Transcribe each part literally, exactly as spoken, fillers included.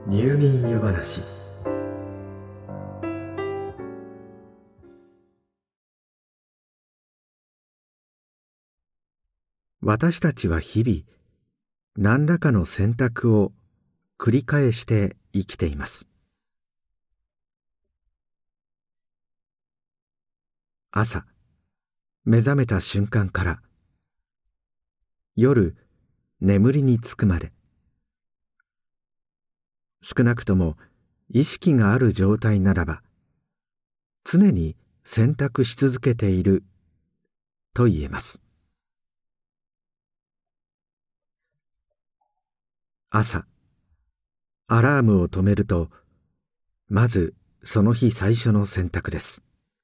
入眠湯話。私たちは日々何らかの選択を繰り返して生きています。朝目覚めた瞬間から夜眠りにつくまで、少なくとも意識がある状態ならば常に選択し続けていると言えます。朝アラームを止めると、まずその日最初の選択です。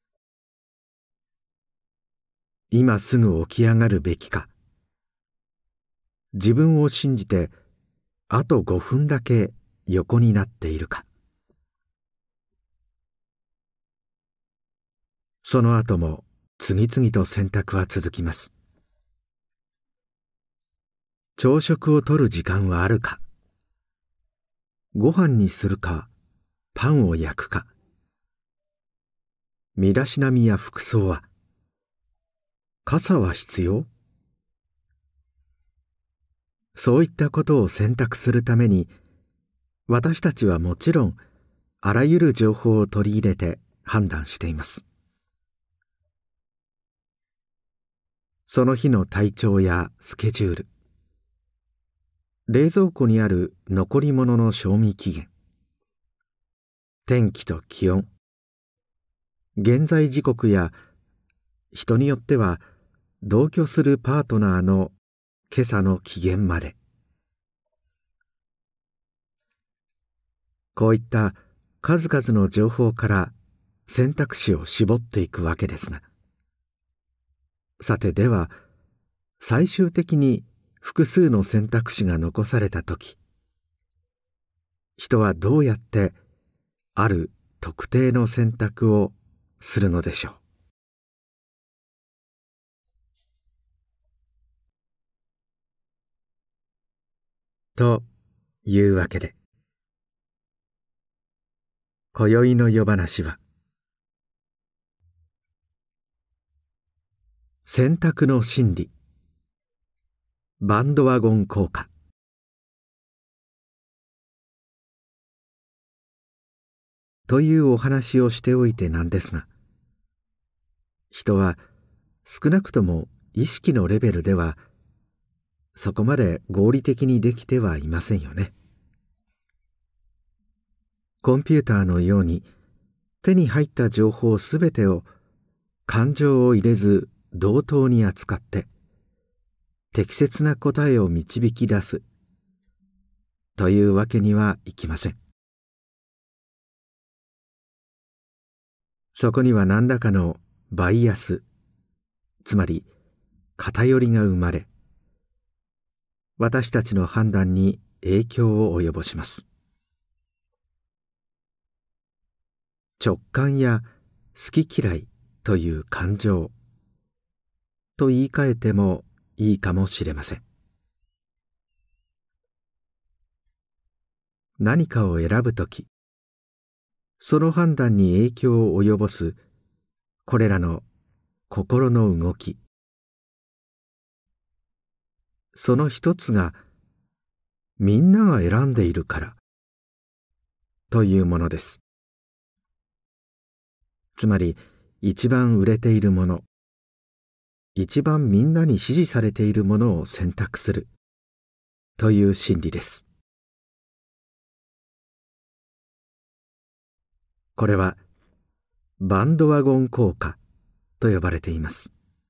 今すぐ起き上がるべきか、自分を信じてあとごふんだけ横になっているか。その後も次々と選択は続きます。朝食をとる時間はあるか、ご飯にするか、パンを焼くか、身だしなみや服装は、傘は必要？そういったことを選択するために、私たちはもちろんあらゆる情報を取り入れて判断しています。その日の体調やスケジュール、冷蔵庫にある残り物の賞味期限、天気と気温、現在時刻や人によっては同居するパートナーの今朝の機嫌まで、こういった数々の情報から選択肢を絞っていくわけですが、さてでは最終的に複数の選択肢が残されたとき、人はどうやってある特定の選択をするのでしょう。というわけで、今宵の夜話は、選択の心理、バンドワゴン効果というお話をしておいてなんですが、人は少なくとも意識のレベルではそこまで合理的にできてはいませんよね。コンピューターのように手に入った情報すべてを感情を入れず同等に扱って適切な答えを導き出すというわけにはいきません。そこには何らかのバイアス、つまり偏りが生まれ、私たちの判断に影響を及ぼします。直感や好き嫌いという感情と言い換えてもいいかもしれません。何かを選ぶとき、その判断に影響を及ぼすこれらの心の動き、その一つがみんなが選んでいるからというものです。つまり一番売れているもの、一番みんなに支持されているものを選択するという心理です。これはバンドワゴン効果と呼ばれています。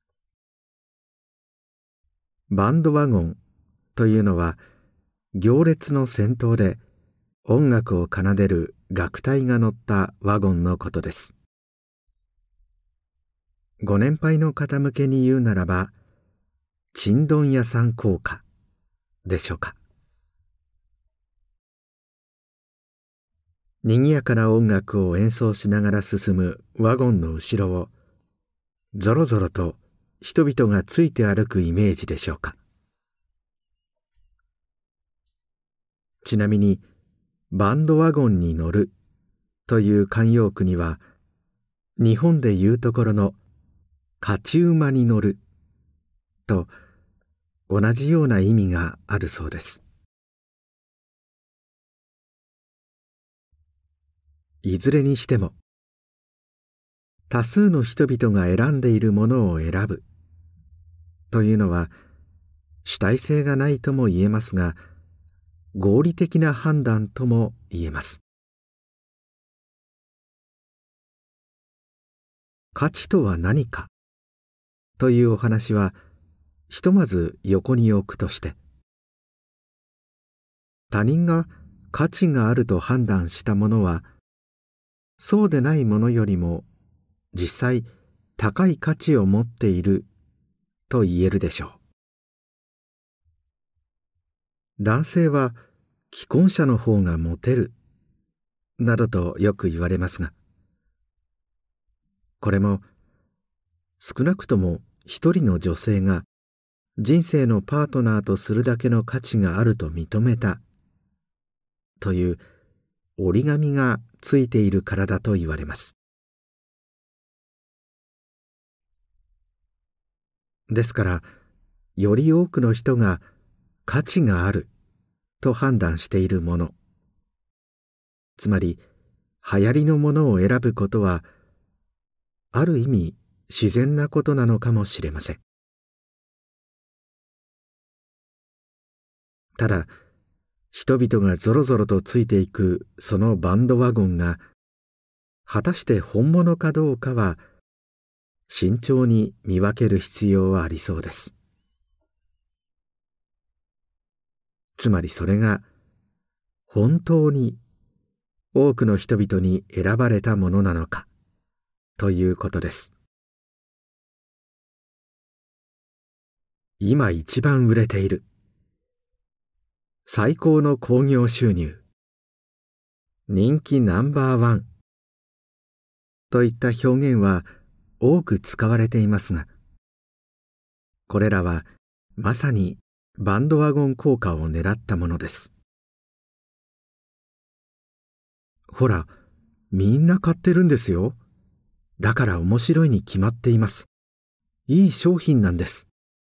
バンドワゴンというのは行列の先頭で音楽を奏でる楽隊が乗ったワゴンのことです。ご年配の方向けに言うならば、ちんどん屋さん効果でしょうか。賑やかな音楽を演奏しながら進むワゴンの後ろをぞろぞろと人々がついて歩くイメージでしょうか。ちなみにバンドワゴンに乗るという慣用句には、日本でいうところの勝ち馬に乗ると同じような意味があるそうです。いずれにしても、多数の人々が選んでいるものを選ぶというのは主体性がないとも言えますが、合理的な判断とも言えます。価値とは何かというお話はひとまず横に置くとして、他人が価値があると判断したものはそうでないものよりも実際高い価値を持っていると言えるでしょう。男性は既婚者の方がモテるなどとよく言われますが、これも少なくとも一人の女性が人生のパートナーとするだけの価値があると認めたという折り紙がついているからだと言われます。ですから、より多くの人が価値があると判断しているもの、つまり流行りのものを選ぶことはある意味自然なことなのかもしれません。ただ、人々がぞろぞろとついていくそのバンドワゴンが果たして本物かどうかは慎重に見分ける必要はありそうです。つまりそれが本当に多くの人々に選ばれたものなのかということです。今一番売れている、最高の興行収入、人気ナンバーワンといった表現は多く使われていますが、これらはまさにバンドワゴン効果を狙ったものです。ほら、みんな買ってるんですよ。だから面白いに決まっています。いい商品なんです。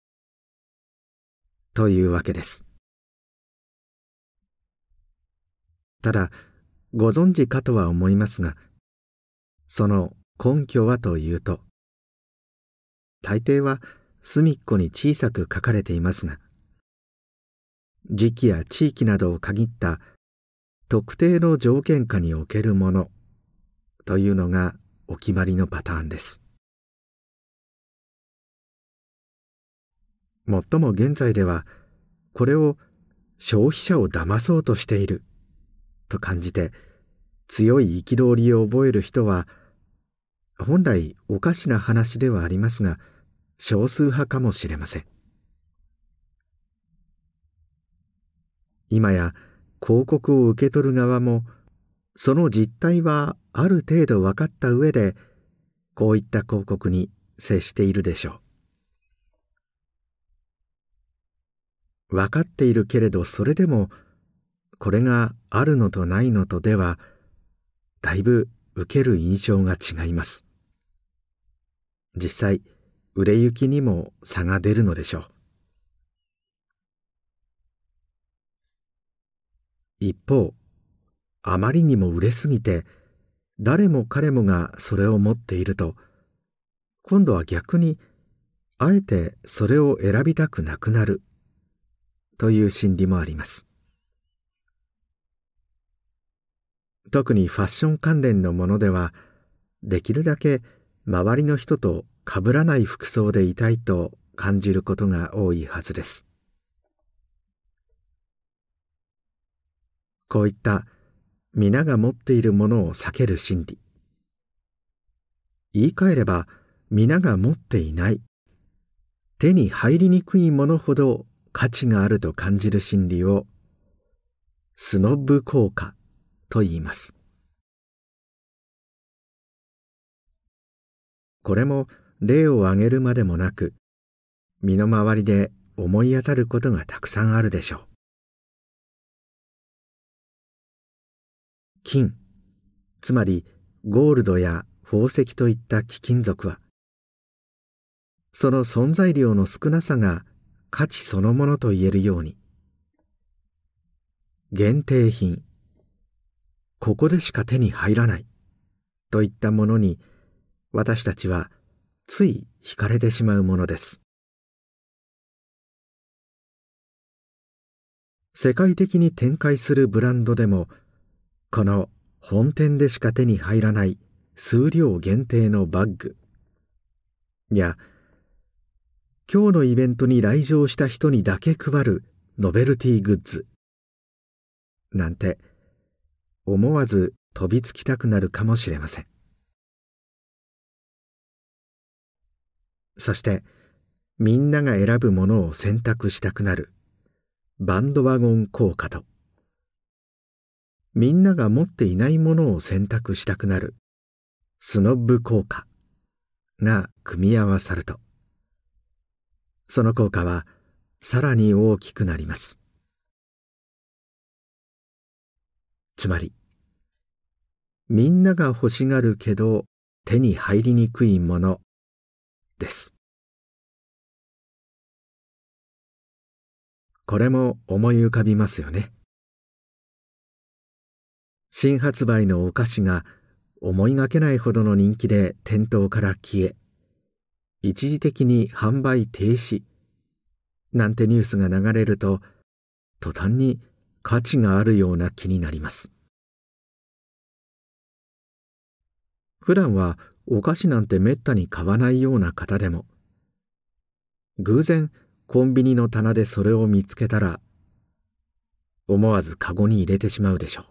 というわけです。ただ、ご存知かとは思いますが、その根拠はというと、大抵は隅っこに小さく書かれていますが、時期や地域などを限った特定の条件下におけるものというのがお決まりのパターンです。もっとも現在では、これを消費者を騙そうとしていると感じて強い憤りを覚える人は、本来おかしな話ではありますが、少数派かもしれません。今や広告を受け取る側も、その実態はある程度分かった上で、こういった広告に接しているでしょう。分かっているけれど、それでもこれがあるのとないのとではだいぶ受ける印象が違います。実際売れ行きにも差が出るのでしょう。一方、あまりにも売れすぎて誰も彼もがそれを持っていると、今度は逆にあえてそれを選びたくなくなるという心理もあります。特にファッション関連のものでは、できるだけ周りの人と被らない服装でいたいと感じることが多いはずです。こういった皆が持っているものを避ける心理、言い換えれば皆が持っていない、手に入りにくいものほど価値があると感じる心理をスノブ効果と言います。これも例を挙げるまでもなく、身の回りで思い当たることがたくさんあるでしょう。 金、つまりゴールドや宝石といった貴金属は、その存在量の少なさが価値そのものと言えるように、限定品、ここでしか手に入らないといったものに、私たちはつい惹かれてしまうものです。世界的に展開するブランドでも、この本店でしか手に入らない数量限定のバッグや、今日のイベントに来場した人にだけ配るノベルティグッズなんて、思わず飛びつきたくなるかもしれません。そして、みんなが選ぶものを選択したくなるバンドワゴン効果と、みんなが持っていないものを選択したくなるスノッブ効果が組み合わさると、その効果はさらに大きくなります。つまり、みんなが欲しがるけど手に入りにくいものです。これも思い浮かびますよね。新発売のお菓子が思いがけないほどの人気で店頭から消え、一時的に販売停止なんてニュースが流れると、途端に価値があるような気になります。普段はお菓子なんてめったに買わないような方でも、偶然コンビニの棚でそれを見つけたら、思わずカゴに入れてしまうでしょう。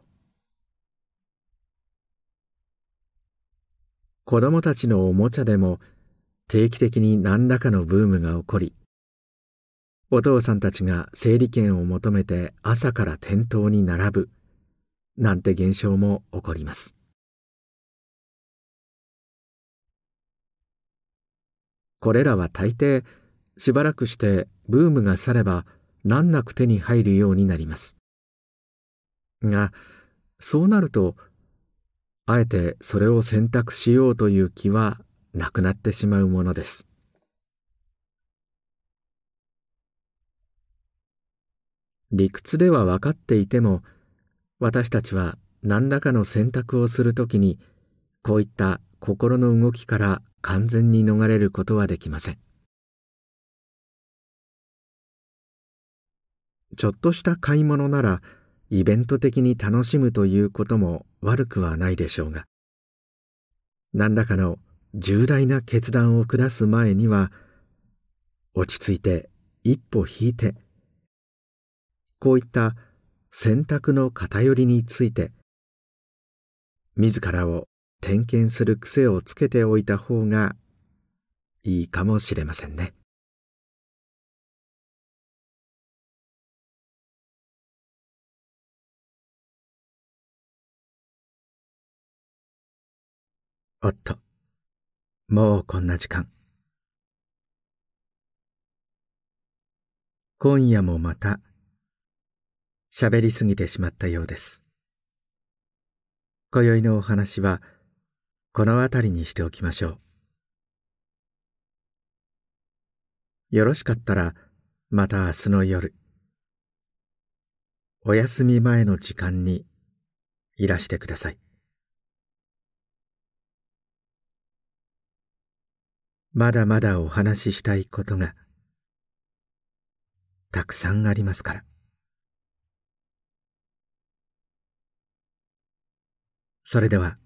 子供たちのおもちゃでも定期的に何らかのブームが起こり、お父さんたちが整理券を求めて朝から店頭に並ぶなんて現象も起こります。これらは大抵しばらくしてブームが去れば難なく手に入るようになります。が、そうなると、あえてそれを選択しようという気はなくなってしまうものです。理屈では分かっていても、私たちは何らかの選択をするときに、こういった心の動きから完全に逃れることはできません。ちょっとした買い物ならイベント的に楽しむということも悪くはないでしょうが、何らかの重大な決断を下す前には、落ち着いて一歩引いて、こういった選択の偏りについて自らを点検する癖をつけておいた方がいいかもしれませんね。おっと、もうこんな時間。今夜もまた喋りすぎてしまったようです。今宵のお話はこの辺りにしておきましょう。よろしかったらまた明日の夜、お休み前の時間にいらしてください。まだまだお話ししたいことがたくさんありますから。それでは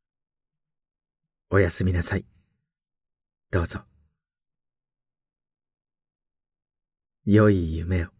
おやすみなさい。どうぞ。良い夢を。